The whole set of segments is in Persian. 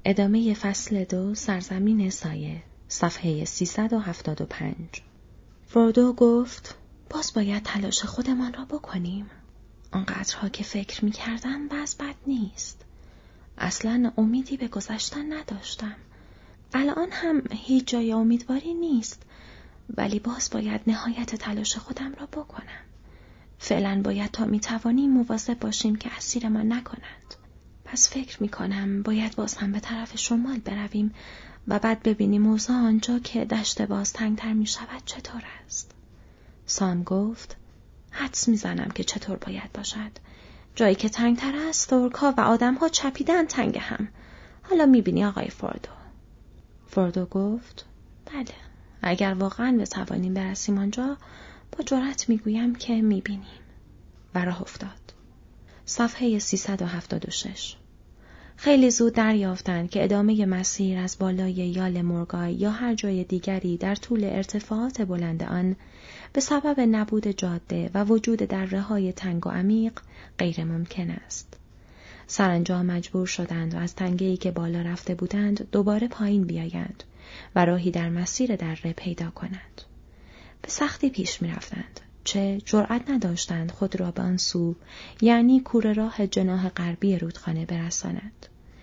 ادامه فصل 2 سرزمین سایه، صفحه 375. فرودو گفت باز باید تلاش خودمان را بکنیم. آنقدرها که فکر می کردم باز بد نیست. اصلا امیدی به گذشتن نداشتم. الان هم هیچ جای امیدواری نیست، ولی باز باید نهایت تلاش خودم را بکنم. فعلا باید تا می توانیم مواظب باشیم که اسیرمان نکنند. پس فکر می کنم باید باز هم به طرف شمال برویم و بعد ببینیم اوضاع آنجا که دشت باز تنگتر می شود چطور است. سام گفت حدس می زنم که چطور باید باشد. جایی که تنگتر است، اورک‌ها و آدم‌ها چپیدن تنگ هم. حالا می بینی آقای فردو. فردو گفت بله، اگر واقعا بتوانیم برسیم آنجا، با جرأت می گویم که می بینیم. و راه افتاد. صفحه 376. خیلی زود دریافتند که ادامه مسیر از بالای یال مورگای یا هر جای دیگری در طول ارتفاعات بلند آن به سبب نبود جاده و وجود دره‌های تنگ و عمیق غیر ممکن است. سرانجام مجبور شدند و از تنگه‌ای که بالا رفته بودند دوباره پایین بیایند و راهی در مسیر دره پیدا کنند. به سختی پیش می رفتند. چه جرأت نداشتند خود را به آن سو، یعنی کوره راه جناح غربی رودخانه برسانند.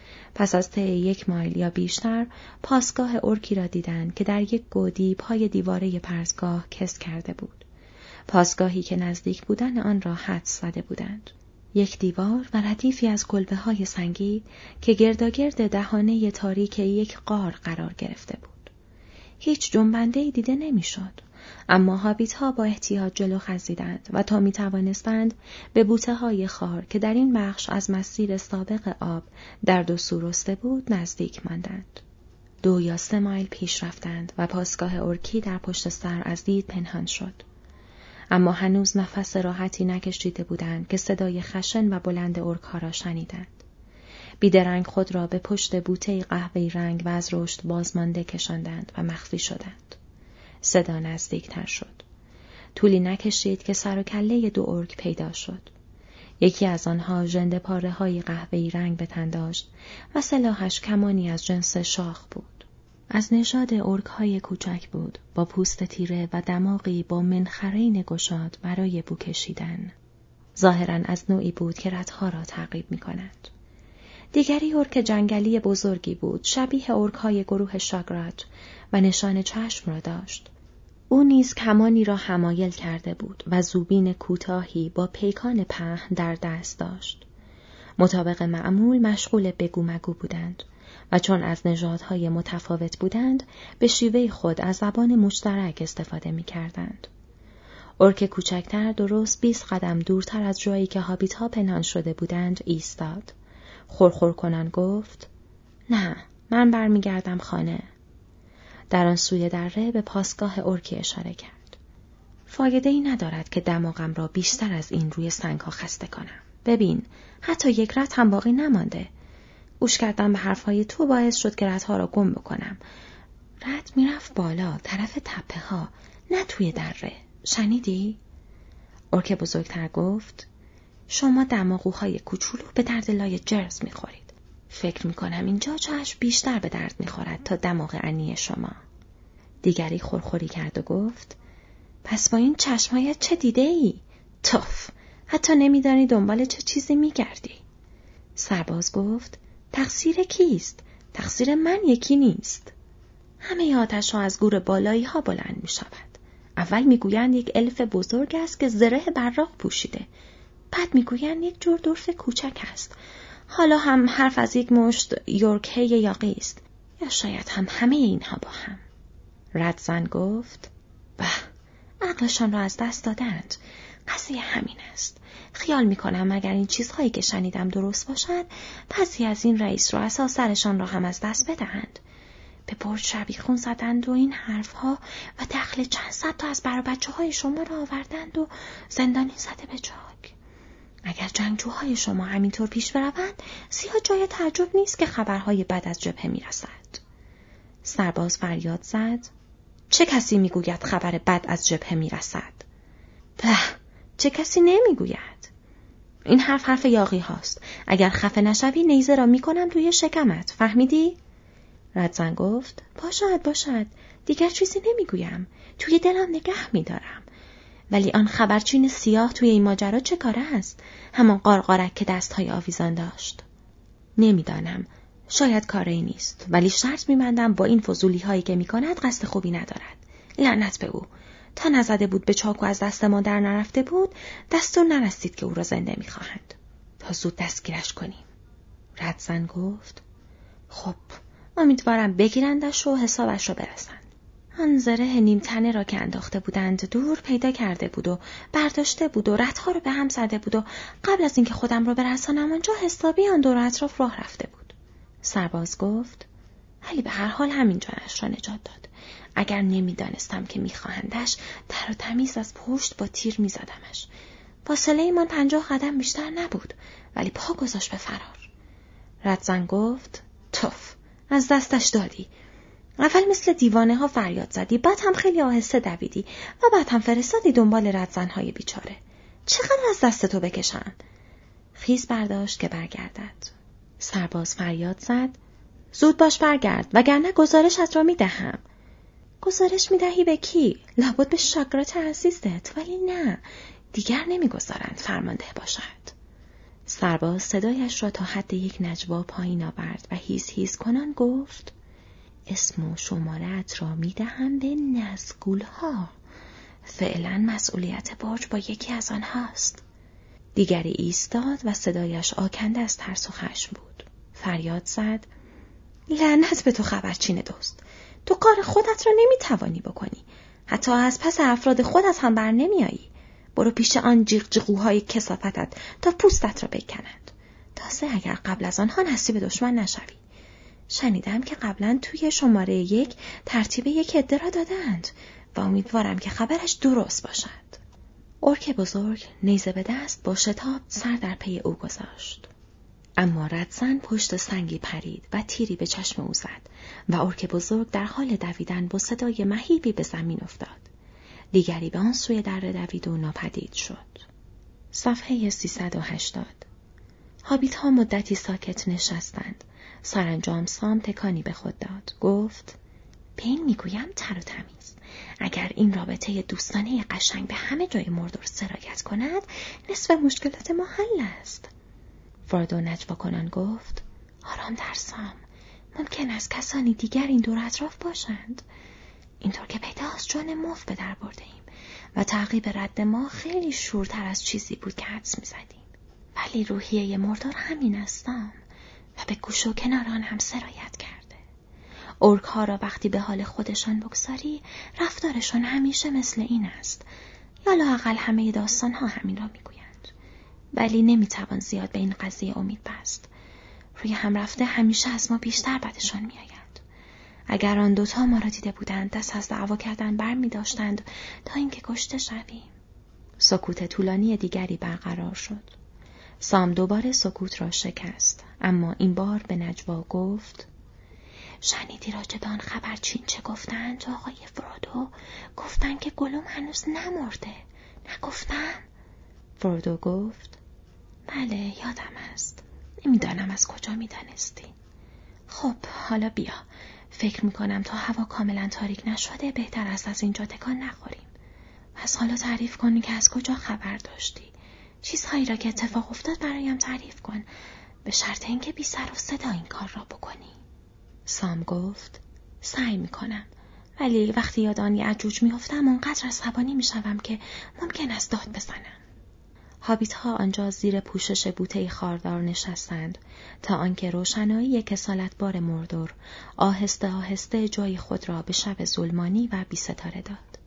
پس از طی 1 مایل یا بیشتر پاسگاه ارکی را دیدند که در یک گودی پای دیواره پرتگاه کس کرده بود. پاسگاهی که نزدیک بودن آن را حدس زده بودند. یک دیوار و ردیفی از کلبه‌های سنگی که گرداگرد دهانه تاریک یک غار قرار گرفته بود. هیچ جنبنده‌ای دیده نمی‌شد. اما هابیت‌ها با احتیاط جلو خزیدند و تا می‌توانستند به بوته‌های خار که در این بخش از مسیر سابق آب در 2 سو رسته بود نزدیک ماندند. 2 یا 3 مایل پیش رفتند و پاسگاه ارکی در پشت سر از دید پنهان شد. اما هنوز نفس راحتی نکشیده بودند که صدای خشن و بلند ارک‌ها را شنیدند. بیدرنگ خود را به پشت بوته قهوه‌ای رنگ و از رشد بازمانده کشاندند و مخفی شدند. صدا نزدیکتر شد. طولی نکشید که سر و کله 2 ارک پیدا شد. یکی از آنها ژنده پاره‌های قهوه‌ای رنگ به تن داشت و سلاحش کمانی از جنس شاخ بود. از نژاد ارک‌های کوچک بود، با پوست تیره و دماغی با منخرین گشاد برای بو کشیدن. ظاهراً از نوعی بود که رتها را تعقیب می‌کند. دیگری ارک جنگلی بزرگی بود، شبیه ارک‌های گروه شاگرات و نشان چشم را داشت. او نیز کمانی را حمایل کرده بود و زوبین کوتاهی با پیکان پهن در دست داشت. مطابق معمول مشغول بگو مگو بودند و چون از نژادهای متفاوت بودند به شیوه خود از زبان مشترک استفاده می کردند. ارک کوچکتر درست 20 قدم دورتر از جایی که هابیت‌ها پنهان شده بودند ایستاد. خورخور کنان گفت نه، من برمیگردم خانه. در آن سوی دره به پاسگاه ارکی اشاره کرد. فایده‌ای ندارد که دماغم را بیشتر از این روی سنگ‌ها خسته کنم. ببین، حتی 1 رت هم باقی نمانده. گوش کردن به حرفهای تو باعث شد که رت‌ها را گم بکنم. رت میرفت بالا، طرف تپه‌ها، نه توی دره. شنیدی؟ ارک بزرگتر گفت شما دماغوهای کوچولو به درد لای جرز میخورید. فکر میکنم اینجا چشم بیشتر به درد میخورد تا دماغ انی شما. دیگری خورخوری کرد و گفت پس با این چشمایت چه دیده ای؟ توف، حتی نمیدانی دنبال چه چیزی میگردی. سرباز گفت تقصیر کیست؟ تقصیر من یکی نیست. همه آتش ها از گور بالایی ها بلند میشود. اول میگویند یک الف بزرگ است که زره براق پوشیده. بعد میگویند یک جور دورف کوچک است. حالا هم حرف از یک مشت یورکه یاقی است. یا شاید هم همه اینها با هم. ردزن گفت به، عقلشان را از دست دادند. قضیه همین است. خیال میکنم اگر این چیزهایی که شنیدم درست باشد، بعضی از این رئیس رؤسا سرشان را هم از دست بدهند. به برج شبیخون زدند و این حرفها و دخل چند صد تا از بر بچه های شما را آوردند و زندانی زده به چاک. اگر جنگجوهای شما همینطور پیش بروند، زیاد جای تعجب نیست که خبرهای بد از جبهه میرسد. سرباز فریاد زد چه کسی میگوید خبر بد از جبهه میرسد؟ به، چه کسی نمیگوید؟ این حرف یاغی هاست. اگر خفه نشوی نیزه را میکنم توی شکمت. فهمیدی؟ ردزن گفت باشد. دیگر چیزی نمیگویم. توی دلم نگه میدارم. ولی آن خبرچین سیاه توی این ماجرا چه کاره است؟ همان قارقارک که دستهای آویزان داشت. نمیدانم. شاید کاری نیست. ولی شرط میبندم با این فضولی هایی که میکند قصد خوبی ندارد. لعنت به او. تا نزده بود به چاقو از دست ما در نرفته بود، دستور نرسید که او را زنده میخواهند. تا زود دستگیرش کنیم. ردزن گفت خب، امیدوارم بگیرندش و حسابش را برسند. آن زره نیمتنه را که انداخته بودند دور پیدا کرده بود و برداشته بود و رتها را به هم زده بود و قبل از اینکه خودم را برسانم آنجا حسابی آن دور اطراف راه رفته بود. سرباز گفت ولی به هر حال همین جانش را نجات داد. اگر نمیدانستم که میخواهندش، تر و تمیز از پشت با تیر میزدمش. فاصله ایمان 50 قدم بیشتر نبود، ولی پا گذاشت به فرار. ردزن گفت توف، از دستش دادی. اول مثل دیوانه ها فریاد زدی، بعد هم خیلی آهسته دویدی و بعد هم فرستادی دنبال ردزنهای بیچاره. چقدر از دست تو بکشم؟ خیز برداشت که برگردد. سرباز فریاد زد زود باش برگرد وگرنه گزارشت را میدهم. گزارش میدهی به کی؟ لابد به شاگرات عزیزت. ولی نه، دیگر نمیگذارند فرمانده باشد. سرباز صدایش را تا حد یک نجوا پایین آورد و هیز هیز کنان گفت اسم و شمارت را میدهم به نزگول‌ها. فعلا مسئولیت برج با یکی از آنهاست. دیگری ایستاد و صدایش آکنده از ترس و خشم بود. فریاد زد لعنت به تو خبرچین دوست. تو کار خودت را نمیتوانی بکنی. حتی از پس افراد خودت هم بر نمیایی. برو پیش آن جیغ جیغوهای کثافتت تا پوستت را بکنند. تازه اگر قبل از آنها نصیب دشمن نشوی. شنیدم که قبلا توی شماره 1 ترتیب یک عده را دادند و امیدوارم که خبرش درست باشد. ارک بزرگ نیزه به دست با شتاب سر در پی او گذاشت. اما ردزن پشت سنگی پرید و تیری به چشم او زد و ارک بزرگ در حال دویدن با صدای مهیبی به زمین افتاد. دیگری به آن سوی دره دوید و ناپدید شد. صفحه 380. هابیت ها مدتی ساکت نشستند. سرانجام سام تکانی به خود داد. گفت به این میگویم تر و تمیز. اگر این رابطه دوستانه قشنگ به همه جای مردور سرایت کند، نصف مشکلات ما حل است. فروردو نجوا کنان گفت آرام در سام. ممکن است کسانی دیگر این دور اطراف باشند. اینطور که پیداست جان مفت به در برده ایم و تعقیب رد ما خیلی شورتر از چیزی بود که حدس می‌زدیم. ولی روحیه مردار همین استم و به گوش و کنار آن هم سرایت کرده. ارک ها را وقتی به حال خودشان بگذاری، رفتارشان همیشه مثل این است. یا لااقل همه داستان ها همین را میگویند. ولی نمیتوان زیاد به این قضیه امید بست. روی هم رفته همیشه از ما بیشتر بدشان میآید. اگر آن دوتا ما را دیده بودند دست از دعوا کردن بر می داشتند تا اینکه کشته شویم. سکوت طولانی دیگری برقرار شد. سام دوباره سکوت را شکست، اما این بار به نجوا گفت شنیدی راجع به آن خبرچین چه گفتند آقای فرودو؟ گفتن که گلوم هنوز نمرده. نگفتن؟ فرودو گفت بله یادم است. نمیدانم از کجا میدانستی. خب حالا بیا. فکر میکنم تا هوا کاملا تاریک نشده بهتر است از اینجا تکان نخوریم. از حالا تعریف کنی که از کجا خبر داشتی. چیزهایی را که اتفاق افتاد برایم تعریف کن، به شرط اینکه بی سر و صدا این کار را بکنی. سام گفت سعی میکنم، ولی وقتی یاد آن یعجوج میافتم اونقدر عصبانی میشوم که ممکن است داد بزنم. هابیت ها آنجا زیر پوشش بوته خاردار نشستند تا آنکه روشنایی کسالتبار مردور آهسته آهسته جای خود را به شب ظلمانی و بی ستاره داد.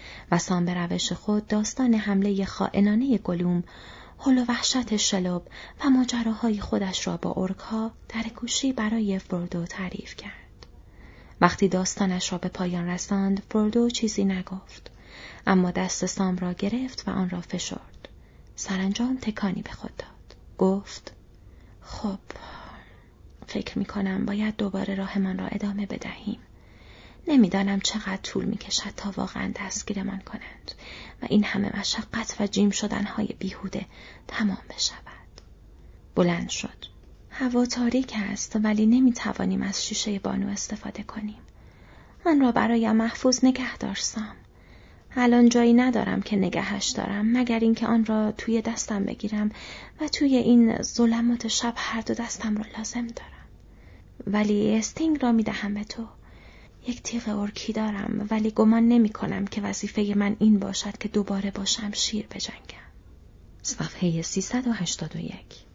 و سام به روش خود داستان حمله خائنانه گلوم، هول و وحشت شلوب و ماجراهای خودش را با ارک‌ها در گوشی برای فروردو تعریف کرد. وقتی داستانش را به پایان رساند، فروردو چیزی نگفت، اما دست سام را گرفت و آن را فشرد. سرانجام تکانی به خود داد. گفت خب، فکر می کنم باید دوباره راهمان را ادامه بدهیم. نمیدانم چقدر طول میکشد تا واقعا دستگیرمان کنند و این همه مشقت و جیم شدنهای بیهوده تمام بشود. بلند شد. هوا تاریک است ولی نمیتوانیم از شیشه بانو استفاده کنیم. آن را برایم محفوظ نگه دار سام. الان جایی ندارم که نگهش دارم مگر اینکه آن را توی دستم بگیرم و توی این ظلمات شب هر دو دستم را لازم دارم. ولی استینگ را میدهم به تو. یک تیغ ارکی دارم ولی گمان نمی کنم که وظیفه من این باشد که دوباره با شمشیر بجنگم. صفحه 381.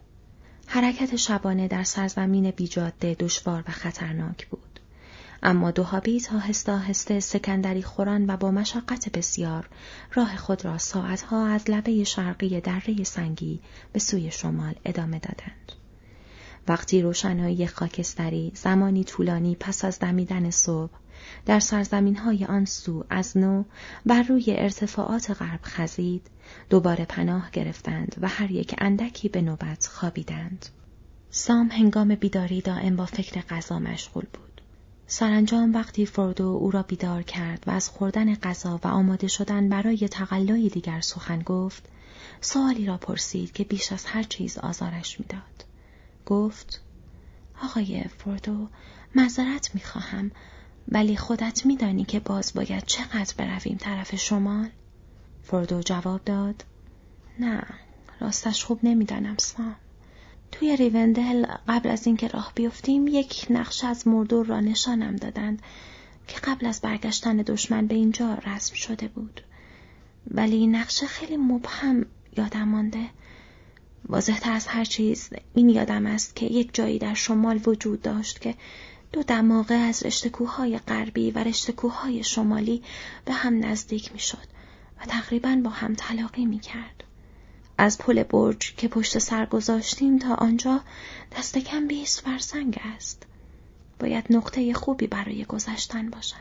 حرکت شبانه در سرزمین بیجاده دشوار و خطرناک بود. اما دو هابیت آهسته آهسته سکندری خوران و با مشقت بسیار راه خود را ساعتها از لبه شرقی دره سنگی به سوی شمال ادامه دادند. وقتی روشنایی خاکستری زمانی طولانی پس از دمیدن صبح در سرزمین‌های آن سو از نو بر روی ارتفاعات غرب خزید، دوباره پناه گرفتند و هر یک اندکی به نوبت خوابیدند. سام هنگام بیداری دائم با فکر غذا مشغول بود. سرانجام وقتی فردو او را بیدار کرد و از خوردن غذا و آماده شدن برای تقلایی دیگر سخن گفت، سوالی را پرسید که بیش از هر چیز آزارش می‌داد. گفت: آقای فردو، معذرت می‌خواهم، ولی خودت می‌دانی که باز باید چقدر برویم طرف شمال؟ فردو جواب داد: نه، راستش خوب نمی‌دانم سام. توی ریوندل قبل از اینکه راه بیفتیم یک نقشه از مردور را نشانم دادند که قبل از برگشتن دشمن به اینجا رسم شده بود. ولی این نقشه خیلی مبهم یادم مانده. واضح‌تر از هر چیز این یادم است که یک جایی در شمال وجود داشت که دو دماغه از رشته کوههای غربی و رشته کوههای شمالی به هم نزدیک می‌شد و تقریباً با هم تلاقی می‌کرد. از پل برج که پشت سر گذاشتیم تا آنجا دست کم 20 فرسنگ است. باید نقطه خوبی برای گذشتن باشد.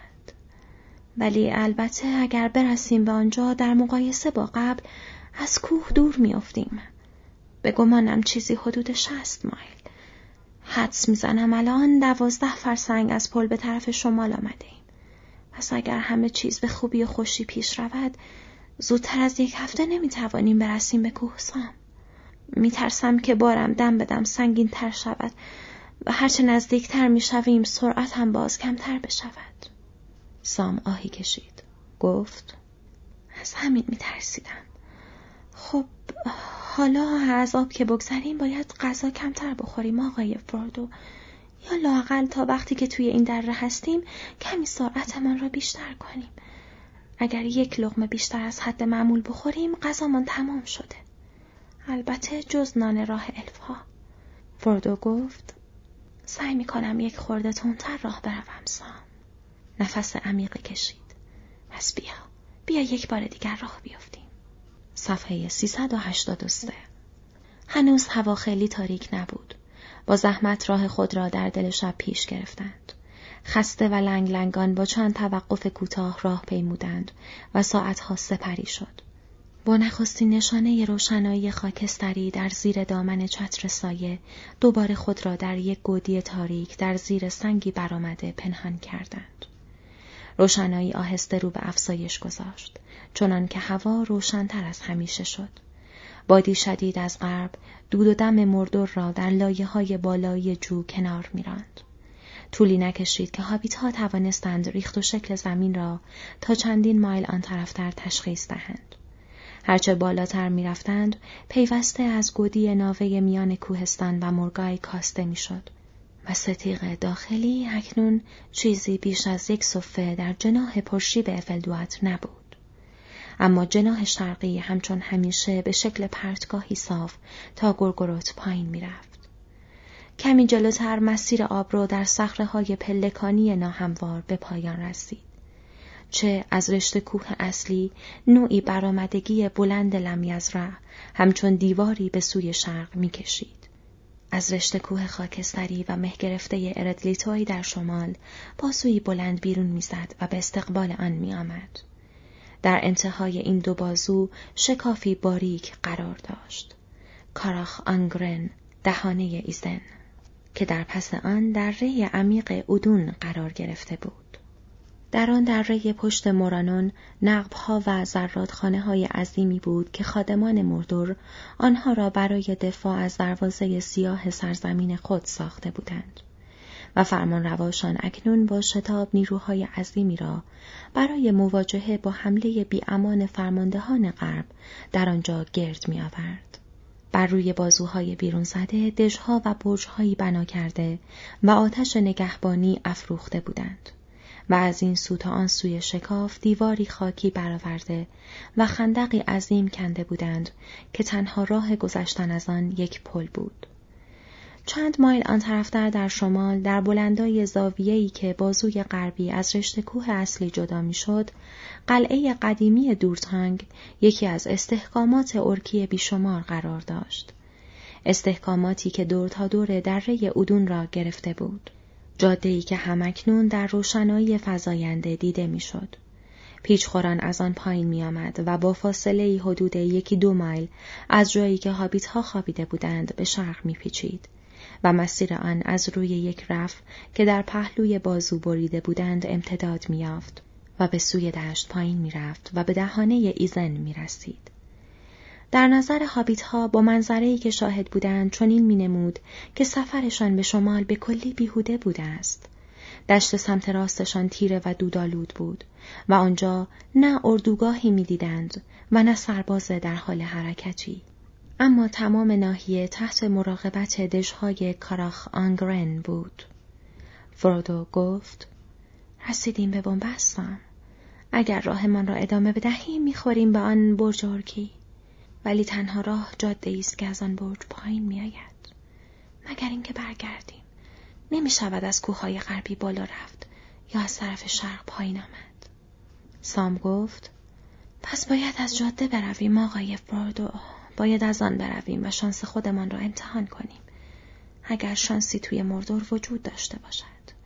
ولی البته اگر برسیم به آنجا در مقایسه با قبل از کوه دور میافتیم. به گمانم چیزی حدود 60 مایل. حدس میزنم الان 12 فرسنگ از پل به طرف شمال آمده ایم. پس اگر همه چیز به خوبی و خوشی پیش رود، زودتر از یک هفته نمیتوانیم برسیم به کوه سام. میترسم که بارم دم به دم سنگین تر شود و هرچه نزدیکتر میشویم سرعت هم باز کمتر بشود. سام آهی کشید. گفت: از همین میترسیدم. خب حالا از آب که بگذریم باید غذا کمتر بخوریم آقای فردو، یا لااقل تا وقتی که توی این دره هستیم کمی سرعتمان را بیشتر کنیم. اگر یک لقمه بیشتر از حد معمول بخوریم غذامان تمام شده. البته جز نان راه الفها. فردو گفت: سعی میکنم یک خورده تندتر راه بروم سام. نفس عمیقی کشید. پس بیا یک بار دیگر راه بیافتیم. صفحه 383. هنوز هوا خیلی تاریک نبود. با زحمت راه خود را در دل شب پیش گرفتند. خسته و لنگ لنگان با چند توقف کوتاه راه پیمودند و ساعتها سپری شد. با نخستین نشانه روشنایی خاکستری در زیر دامن چتر سایه دوباره خود را در یک گودی تاریک در زیر سنگی برآمده پنهان کردند. روشنایی آهسته رو به افزایش گذاشت، چنان که هوا روشن‌تر از همیشه شد. بادی شدید از غرب دود و دم مردور را در لایه‌های بالایی جو کنار می‌راند. طولی نکشید که هابیت‌ها توانستند ریخت و شکل زمین را تا چندین مایل آن طرفتر تشخیص دهند. هرچه بالاتر می‌رفتند، پیوسته از گودی ناوه میان کوهستان و مرگای کاسته می‌شد و ستیغ داخلی اکنون چیزی بیش از یک صفه در جناح پرشیب افلدوات نبود. اما جناح شرقی همچون همیشه به شکل پرتگاهی صاف تا گورگوروت پایین می‌رفت. کمی جلوتر مسیر آبرو در صخره‌های پلکانی ناهموار به پایان رسید. چه از رشته کوه اصلی نوعی برآمدگی بلند لمیزرع همچون دیواری به سوی شرق می‌کشید. از رشته کوه خاکستری و مه گرفته اردلیتوی در شمال بازویی بلند بیرون می‌زد و به استقبال آن می‌آمد. در انتهای این دو بازو شکافی باریک قرار داشت. کاراخ آنگرن، دهانه ایزن، که در پس آن دره عمیق اودون قرار گرفته بود. در آن دره پشت مورانون نقب‌ها و زرادخانه‌های عظیمی بود که خادمان مردور آنها را برای دفاع از دروازه سیاه سرزمین خود ساخته بودند و فرمانرواشان اکنون با شتاب نیروهای عظیمی را برای مواجهه با حمله بی‌امان فرماندهان غرب در آنجا گرد می‌آورد. بر روی بازوهای بیرون زده دژها و برج‌هایی بنا کرده و آتش نگهبانی افروخته بودند و از این سو تا آن سوی شکاف دیواری خاکی برآورده و خندقی عظیم کنده بودند که تنها راه گذشتن از آن یک پل بود. چند مایل آن طرفتر در شمال در بلندای زاویه‌ای که بازوی غربی از رشته کوه اصلی جدا می‌شد، قلعه قدیمی دورتانگ یکی از استحکامات ارکی بیشمار قرار داشت. استحکاماتی که دور تا دور دره اودون را گرفته بود. جاده‌ای که همکنون در روشنایی فزاینده دیده می‌شد. پیچ‌خوران از آن پایین می‌آمد و با فاصله‌ای حدود 1-2 مایل از جایی که هابیت‌ها خوابیده بودند به شرق می‌پیچید و مسیر آن از روی یک رف که در پهلوی بازو بریده بودند امتداد می‌یافت و به سوی دشت پایین می‌رفت و به دهانه ایزن می‌رسید. در نظر هابیت‌ها با منظره‌ای که شاهد بودند چنین می‌نمود که سفرشان به شمال به کلی بیهوده بوده است. دشت سمت راستشان تیره و دودآلود بود و آنجا نه اردوگاهی می‌دیدند و نه سرباز در حال حرکتی. اما تمام ناحیه تحت مراقبت دژهای کاراخ آنگرن بود. فرودو گفت: رسیدیم به بنبستان. اگر راهمان را ادامه بدهیم می‌خوریم به آن برج ارکی. ولی تنها راه جاده‌ای است که از آن برج پایین می‌آید. مگر اینکه برگردیم. نمی‌شود از کوههای غربی بالا رفت یا از طرف شرق پایین آمد. سام گفت: پس باید از جاده برویم آقای فرودو. باید از آن برویم و شانس خودمان را امتحان کنیم. اگر شانسی توی مردور وجود داشته باشد.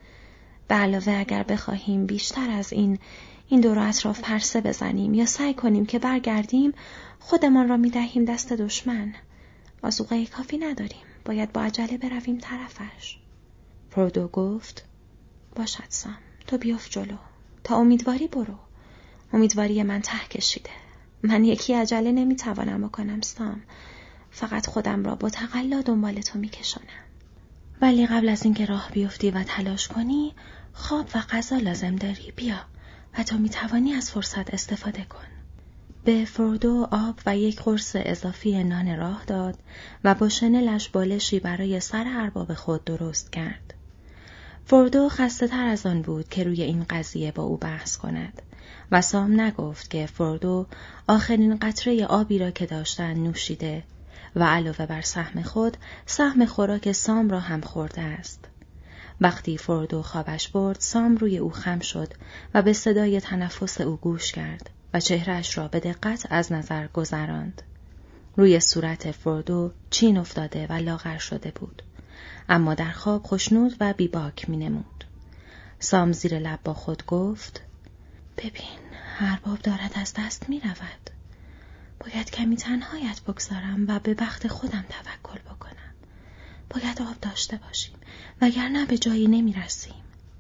به علاوه اگر بخواهیم بیشتر از این دور و اطراف پرسه بزنیم یا سعی کنیم که برگردیم، خودمان را می‌دهیم دست دشمن. آذوقه کافی نداریم. باید با عجله برویم طرفش. فرودو گفت: باشد سام، تو بیفت جلو. تا امیدواری برو. امیدواری من ته کشیده. من یکی عجله نمیتوانم بکنم سام. فقط خودم را با تقلا دنبال تو میکشانم. ولی قبل از اینکه راه بیفتی و تلاش کنی، خواب و غذا لازم داری. بیا و تو میتوانی از فرصت استفاده کن. به فرودو آب و یک قرص اضافی نان راه داد و با شنلش بالشی برای سر ارباب خود درست کرد. فرودو خسته تر از آن بود که روی این قضیه با او بحث کند و سام نگفت که فرودو آخرین قطره آبی را که داشتند نوشیده و علاوه بر سهم خود سهم خوراک سام را هم خورده است. وقتی فرودو خوابش برد، سام روی او خم شد و به صدای تنفس او گوش کرد و چهرهش را به دقت از نظر گذراند. روی صورت فرودو چین افتاده و لاغر شده بود، اما در خواب خوشنود و بیباک می نمود. سام زیر لب با خود گفت: ببین، ارباب دارد از دست می رود. باید کمی تنهایت بگذارم و به بخت خودم توکل بکنم. باید آب داشته باشیم وگرنه به جایی نمی رسیم.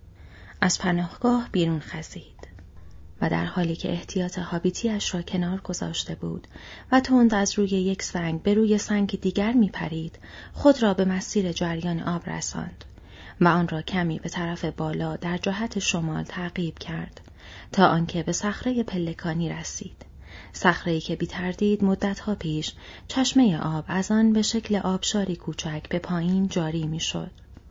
از پناهگاه بیرون خزید و در حالی که احتیاط هابیتیش را کنار گذاشته بود و تند از روی یک سنگ به روی سنگ دیگر می پرید، خود را به مسیر جریان آب رساند و آن را کمی به طرف بالا در جهت شمال تعقیب کرد تا آنکه به صخره پلکانی رسید. صخره‌ای که بی تردید مدتها پیش چشمه آب از آن به شکل آبشاری کوچک به پایین جاری می شد.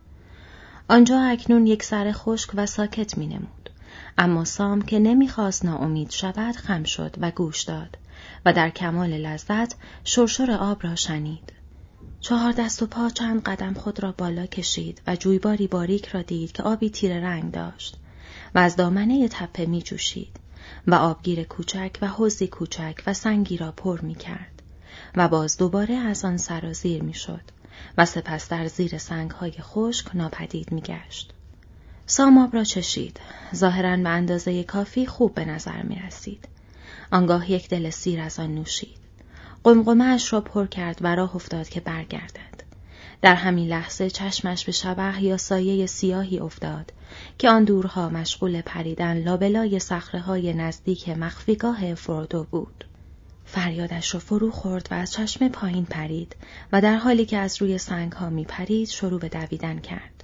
آنجا اکنون یک سر خشک و ساکت می نمود، اما سام که نمی‌خواست ناامید شود خم شد و گوش داد و در کمال لذت شرشر آب را شنید. 4 دست و پا چند قدم خود را بالا کشید و جویباری باریک را دید که آبی تیره رنگ داشت و از دامنه تپه می جوشید و آبگیر کوچک و حوضی کوچک و سنگی را پر می کرد و باز دوباره از آن سرازیر می شد و سپس در زیر سنگ‌های خشک ناپدید می گشت. سام آب را چشید. ظاهراً به اندازه کافی خوب به نظر می رسید. آنگاه یک دل سیر از آن نوشید. قمقمه‌اش را پر کرد و راه افتاد که برگردد. در همین لحظه چشمش به شبح یا سایه سیاهی افتاد که آن دورها مشغول پریدن لابلای صخره‌های نزدیک مخفیگاه فروردو بود. فریادش را فرو خورد و از چشمه پایین پرید و در حالی که از روی سنگ‌ها می‌پرید شروع به دویدن کرد.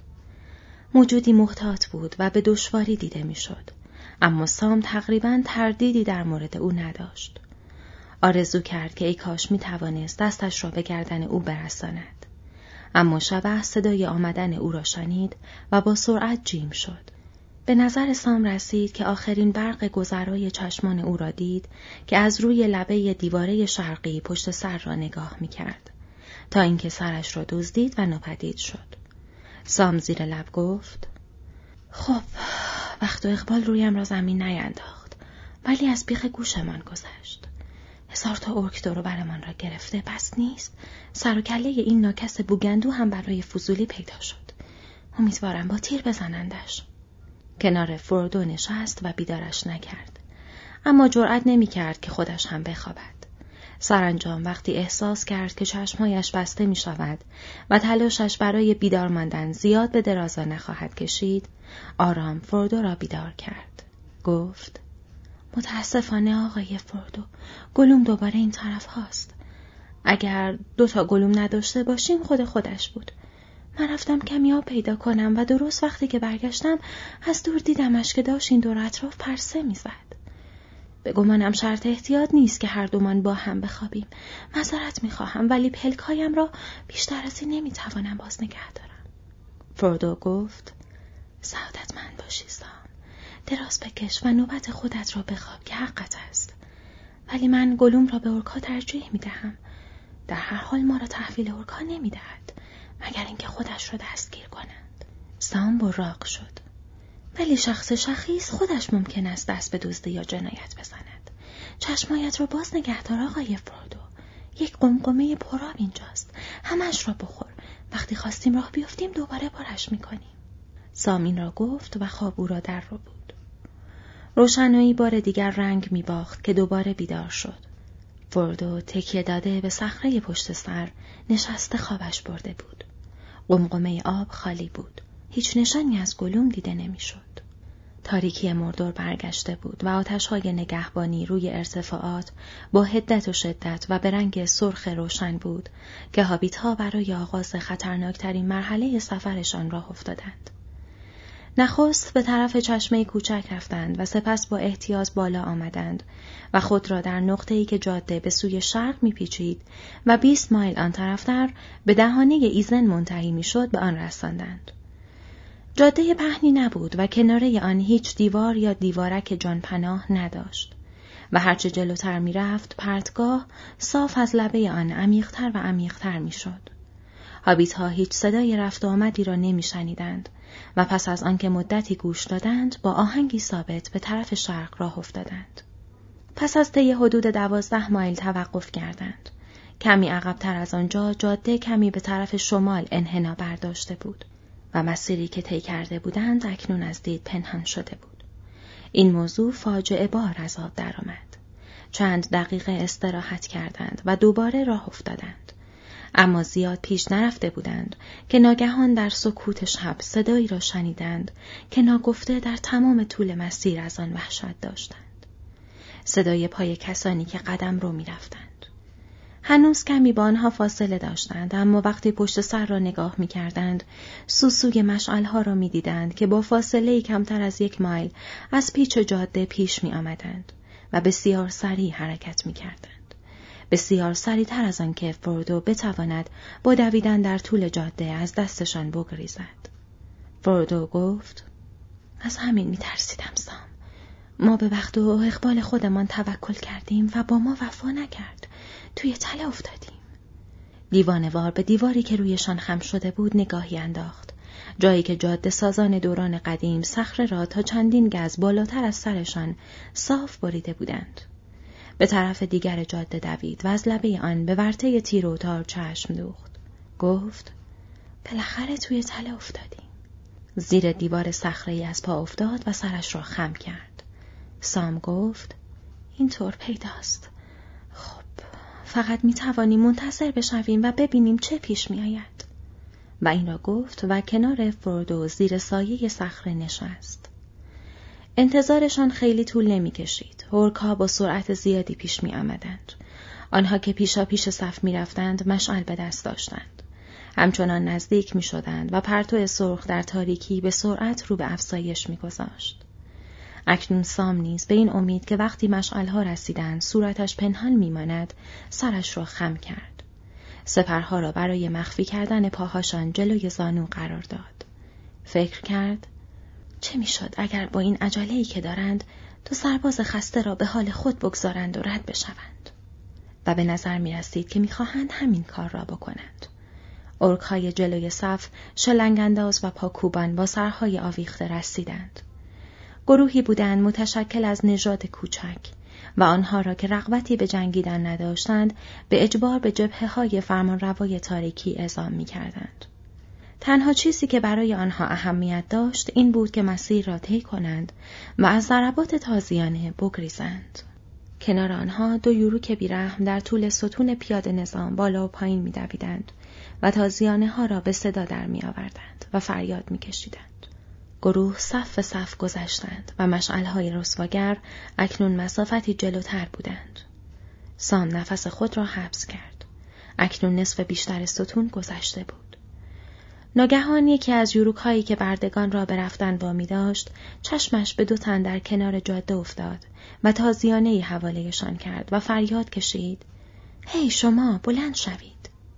موجودی محتاط بود و به دشواری دیده می‌شد، اما سام تقریباً تردیدی در مورد او نداشت. آرزو کرد که ای کاش می‌توانست دستش را به گردن او برساند. اما شبح صدای آمدن او را شنید و با سرعت جیم شد. به نظر سام رسید که آخرین برق گذرای چشمان او را دید که از روی لبه دیواره شرقی پشت سر را نگاه می‌کرد تا اینکه سرش را دزدید و ناپدید شد. سام زیر لب گفت: خب، وقت و اقبال رویم را زمین نینداخت، ولی از بیخ گوشمان گذشت. 1000 تا ارک دور و برمان را گرفته، بس نیست. سر و کله این ناکس بوگندو هم برای فضولی پیدا شد. امیدوارم با تیر بزنندش. کنار فروردو نشست و بیدارش نکرد، اما جرأت نمی‌کرد که خودش هم بخوابد. سرانجام وقتی احساس کرد که چشمهایش بسته می شود و تلاشش برای بیدار ماندن زیاد به درازا نخواهد کشید، آرام فروردو را بیدار کرد. گفت: متاسفانه آقای فروردو، گلوم دوباره این طرف هاست. اگر 2 تا گلوم نداشته باشیم خودش بود. من رفتم کمی آب پیدا کنم و درست وقتی که برگشتم از دور دیدمش که داشت این دور اطراف پرسه می زد. به گمانم شرط احتیاط نیست که هر دومان با هم بخوابیم. معذرت می‌خواهم ولی پلک‌هایم را بیشتر از این نمی‌توانم باز نگه دارم. فروردو گفت: سعادتمند باشی سام. دراز بکش و نوبت خودت را بخواب که حقت است. ولی من گلوم را به اورکا ترجیح می‌دهم. در هر حال ما را تحویل اورکا نمی‌دهد مگر اینکه خودش را دستگیر کنند. سام براق شد. ولی شخص شخیص خودش ممکن است دست به دزدی یا جنایت بزند. چشمایت را باز نگهدار آقای فروردو. یک قمقمه پرآب اینجاست. همش را بخور. وقتی خواستیم راه بیفتیم دوباره بارش میکنیم. سام این را گفت و خواب او را در رو بود. روشنایی بار دیگر رنگ میباخت که دوباره بیدار شد. فروردو تکیه داده به صخره پشت سر نشسته خوابش برده بود. قمقمه آب خالی بود. هیچ نشانی از گلوم دیده نمیشد. تاریکی مردور برگشته بود و آتش‌های نگهبانی روی ارتفاعات با حدت و شدت و به رنگ سرخ روشن بود که هابیت‌ها برای آغاز خطرناکترین مرحله سفرشان راه افتادند. نخست به طرف چشمه کوچک رفتند و سپس با احتیاط بالا آمدند و خود را در نقطه‌ای که جاده به سوی شرق می‌پیچید و 20 مایل آن طرفتر به دهانه ایزن منتهی می‌شد به آن رساندند. جاده پهنی نبود و کناره آن هیچ دیوار یا دیوارک جانپناه نداشت و هرچه جلوتر می رفت پرتگاه صاف از لبه آن عمیق‌تر و عمیق‌تر می شد. هابیت‌ها هیچ صدای رفت و آمدی را نمی شنیدند و پس از آنکه مدتی گوش دادند با آهنگی ثابت به طرف شرق راه افتادند. پس از طی حدود 12 مایل توقف کردند. کمی عقب‌تر از آنجا جاده کمی به طرف شمال انحنا برداشته بود و مسیری که طی کرده بودند اکنون از دید پنهان شده بود. این موضوع فاجعه بار از آب درآمد. چند دقیقه استراحت کردند و دوباره راه افتادند. اما زیاد پیش نرفته بودند که ناگهان در سکوت شب صدایی را شنیدند که ناگفته در تمام طول مسیر از آن وحشت داشتند. صدای پای کسانی که قدم رو می رفتند. هنوز کمی با آنها فاصله داشتند، اما وقتی پشت سر را نگاه می کردند، سوسوی مشعلها را می دیدند که با فاصله کمتر از 1 مایل از پیچ جاده پیش می آمدند و بسیار سریع حرکت می کردند. بسیار سریع‌تر از آن که فروردو بتواند با دویدن در طول جاده از دستشان بگریزد. فروردو گفت: از همین می ترسیدم سام. ما به وقت و اقبال خودمان توکل کردیم و با ما وفا نکرد. توی تله افتادیم. دیوانه‌وار به دیواری که رویشان خم شده بود نگاهی انداخت. جایی که جاده سازان دوران قدیم صخره را تا چندین گز بالاتر از سرشان صاف بریده بودند. به طرف دیگر جاده دوید و از لبه آن به ورطه تیر و تار چشم دوخت. گفت: بالاخره توی تله افتادیم. زیر دیوار صخره‌ای از پا افتاد و سرش را خم کرد. سام گفت: اینطور پیداست. خب، فقط می توانیم منتظر بشویم و ببینیم چه پیش می آید. و این را گفت و کنار فرودو زیر سایه صخره نشست. انتظارشان خیلی طول نمی کشید. اورک‌ها با سرعت زیادی پیش می آمدند. آنها که پیشا پیش صف می رفتند مشعل به دست داشتند. همچنان نزدیک می شدند و پرتو سرخ در تاریکی به سرعت رو به افزایش می گذاشت. اکنون سام نیز به این امید که وقتی مشعل‌ها رسیدند صورتش پنهان می ماند سرش را خم کرد. سپرها را برای مخفی کردن پاهاشان جلوی زانو قرار داد. فکر کرد چه می شد اگر با این عجله‌ای که دارند دو سرباز خسته را به حال خود بگذارند و رد بشوند. و به نظر می رسید که می خواهند همین کار را بکنند. اورک‌های جلوی صف شلنگ‌انداز و پاکوبان با سرهای آویخته رسیدند. گروهی بودند متشکل از نژاد کوچک و آنها را که رغبتی به جنگیدن نداشتند به اجبار به جبهه‌های فرمانروای تاریکی اعزام می‌کردند. تنها چیزی که برای آنها اهمیت داشت این بود که مسیر را طی کنند و از ضربات تازیانه بگریزند. کنار آنها دو یوروک بیرحم در طول ستون پیاده نظام بالا و پایین می‌دویدند و تازیانه‌ها را به صدا در می‌آوردند و فریاد می‌کشیدند. گروه صف به صف گذشتند و مشعل‌های رسواگر اکنون مسافتی جلوتر بودند. سام نفس خود را حبس کرد. اکنون نصف بیشتر ستون گذشته بود. ناگهان یکی از یوروک‌هایی که بردگان را به رفتن وامی داشت، چشمش به دو تن در کنار جاده افتاد و تازیانه‌ای حواله‌شان کرد و فریاد کشید: هی شما، بلند شوید!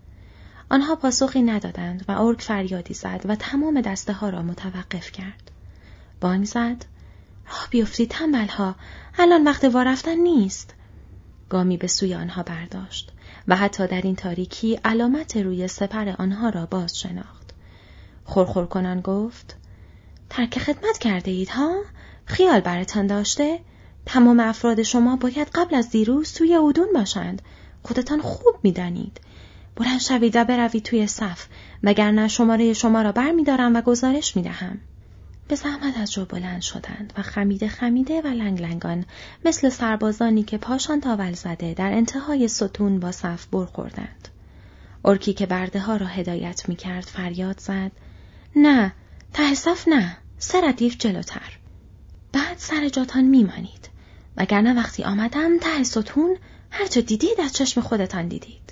آنها پاسخی ندادند و اورک فریادی زد و تمام دسته ها را متوقف کرد. بانگ زد: راه بیفتید تنبل‌ها، الان وقت وا رفتن نیست. گامی به سوی آنها برداشت و حتی در این تاریکی علامت روی سپر آنها را باز شناخت. خورخور کنان گفت: ترک خدمت کرده اید ها؟ خیال برتان داشته؟ تمام افراد شما باید قبل از دیروز توی اودون باشند. خودتان خوب می‌دانید. بلند شوید و بروید توی صف، وگرنه شماره شما را برمی‌دارم و گزارش می‌دهم. به زحمت از جا بلند شدند و خمیده خمیده و لنگ لنگان مثل سربازانی که پاشان تاول زده در انتهای ستون با صف برخوردند. اورکی که برده ها را هدایت می‌کرد فریاد زد: نه، ته صف نه، 3 ردیف جلوتر. بعد سر جاتان میمانید، وگرنه وقتی آمدم ته ستون هرچه دیدید از چشم خودتان دیدید.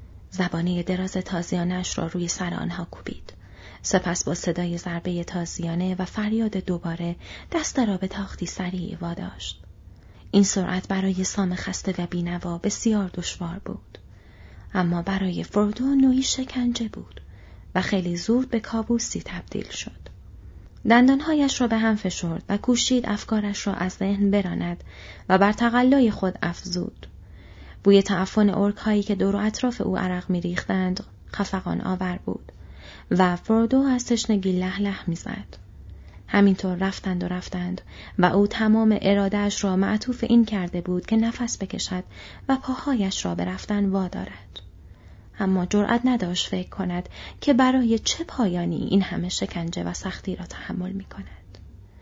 زبانه دراز تازیانش را روی سر آنها کوبید. سپس با صدای ضربه تازیانه و فریاد دوباره دست را به تاختی سریع واداشت. این سرعت برای سام خسته و بینوا بسیار دشوار بود. اما برای فرودو نوعی شکنجه بود و خیلی زود به کابوسی تبدیل شد. دندانهایش را به هم فشرد و کوشید افکارش را از ذهن براند و بر تقلای خود افزود. بوی تعفن اورک‌هایی که دور و اطراف او عرق می‌ریختند خفقان آور بود و فرودو از تشنگی له له می‌زد. همینطور رفتند و او تمام اراده‌اش را معطوف این کرده بود که نفس بکشد و پاهایش را به رفتن وادارد. اما جرأت نداشت فکر کند که برای چه پایانی این همه شکنجه و سختی را تحمل می‌کند.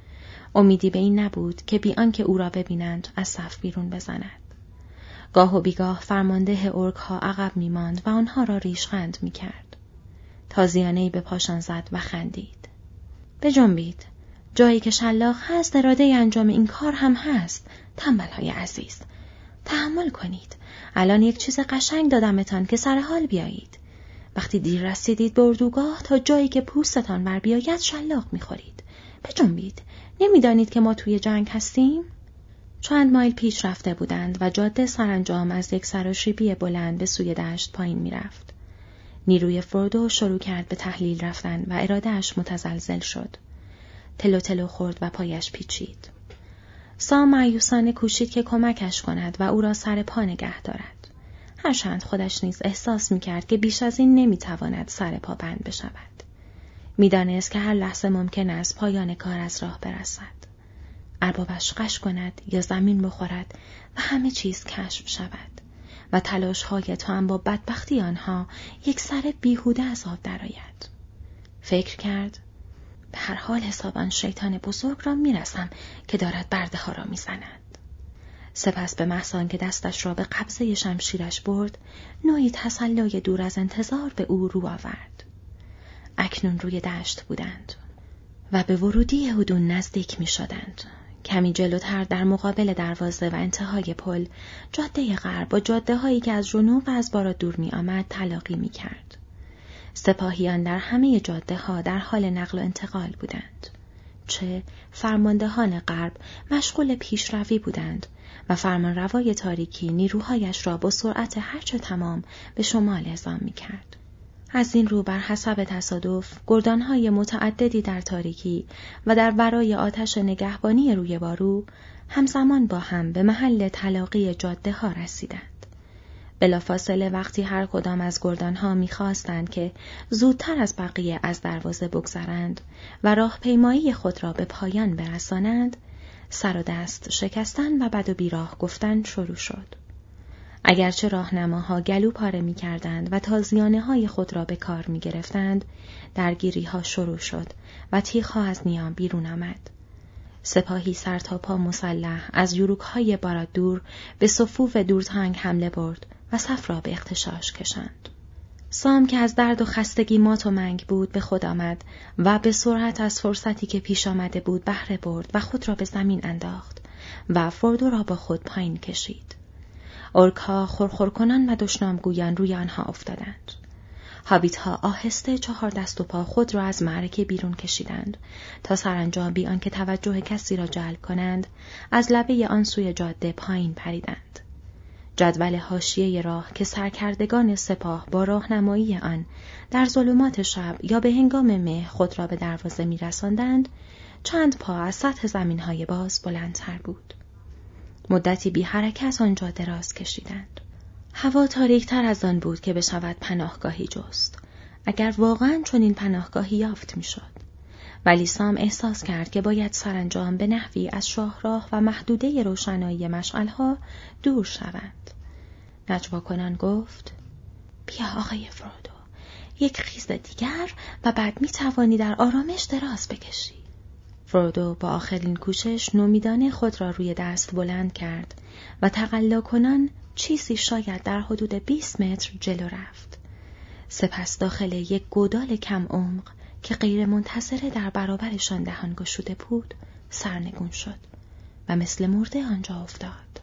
امیدی به این نبود که بی آنکه او را ببینند از صف بیرون بزند. گاه و بیگاه فرمانده اورک‌ها عقب می‌ماند و آنها را ریشخند می‌کرد. تازیانه‌ای به پاشان زد و خندید. بجنبید. جایی که شلاق هست اراده انجام این کار هم هست. تنبل‌های عزیز، تحمل کنید. الان یک چیز قشنگ دادمتان که سر حال بیایید. وقتی دیر رسیدید به اردوگاه تا جایی که پوستتان بر بیاید شلاق می‌خورید. بجنبید. نمی‌دانید که ما توی جنگ هستیم؟ چند مایل پیش رفته بودند و جاده سرانجام از یک سراشیبی بلند به سوی دشت پایین می‌رفت. نیروی فرودو شروع کرد به تحلیل رفتن و اراده‌اش متزلزل شد. تلو تلو خورد و پایش پیچید. سام مایوسانه کوشید که کمکش کند و او را سر پا نگه دارد. هرچند خودش نیز احساس می‌کرد که بیش از این نمی‌تواند سر پا بند بشود. می‌دانست که هر لحظه ممکن است پایان کار از راه برسد. اربابش غش کند یا زمین بخورد و همه چیز کشف شود و تلاش‌های تو هم با بدبختی آنها یک سر بیهوده از آب درآید. فکر کرد به هر حال حساب آن شیطان بزرگ را میرسم که دارد برده ها را میزند. سپس به محض آنکه دستش را به قبضه شمشیرش برد، نوعی تسلای دور از انتظار به او رو آورد. اکنون روی دشت بودند و به ورودی هدون نزدیک می شدند. کمی جلوتر در مقابل دروازه و انتهای پل، جاده غرب با جاده هایی که از جنوب و از بارا دور می آمد تلاقی می کرد. سپاهیان در همه جاده ها در حال نقل و انتقال بودند. چه فرماندهان غرب مشغول پیشروی بودند و فرمانروای تاریکی نیروهایش را با سرعت هرچه تمام به شمال اعزام می کرد. از این رو بر حسب تصادف گردانهای متعددی در تاریکی و در ورای آتش نگهبانی روی بارو همزمان با هم به محل تلاقی جاده ها رسیدند. بلافاصله وقتی هر کدام از گردانها می‌خواستند که زودتر از بقیه از دروازه بگذرند و راهپیمایی خود را به پایان برسانند، سر و دست شکستن و بد و بیراه گفتن شروع شد. اگرچه راهنماها گلو پاره می‌کردند و تازیانه‌های خود را به کار می‌گرفتند، درگیری‌ها شروع شد و تیغ‌ها از نیام بیرون آمد. سپاهی سر تا پا مسلح از یورک‌های بارادور به صفوف دورتانگ حمله برد و صف را به اغتشاش کشاند. سام که از درد و خستگی مات و منگ بود به خود آمد و به سرعت از فرصتی که پیش آمده بود بهره برد و خود را به زمین انداخت و فردو را با خود پایین کشید. اورک‌ها خورخور کنان و دشنامگویان روی آنها افتادند. هابیت‌ها آهسته 4 دست و پا خود را از معرکه بیرون کشیدند تا سرانجام بی آنکه توجه کسی را جلب کنند از لبه آن سوی جاده پایین پریدند. جدول حاشیه راه که سرکردگان سپاه با راهنمایی آن در ظلمات شب یا به هنگام مه خود را به دروازه می‌رساندند، چند پا از سطح زمین‌های باز بلندتر بود. مدتی بی حرکت آنجا دراز کشیدند. هوا تاریک‌تر از آن بود که بشود پناهگاهی جست، اگر واقعاً چنین پناهگاهی یافت می‌شد. ولی سام احساس کرد که باید سرانجام به نحوی از شاهراه و محدوده روشنایی مشعل‌ها دور شوند. نجوا کنان گفت: بیا آقای فرودو، یک خیز دیگر و بعد می‌توانی در آرامش دراز بکشی. فرودو با آخرین کوشش نومیدانه خود را روی دست بلند کرد و تقلا کنان چیزی شاید در حدود 20 متر جلو رفت. سپس داخل یک گودال کم عمق که غیر منتظره در برابرشان دهان گشوده بود سرنگون شد و مثل مرده آنجا افتاد.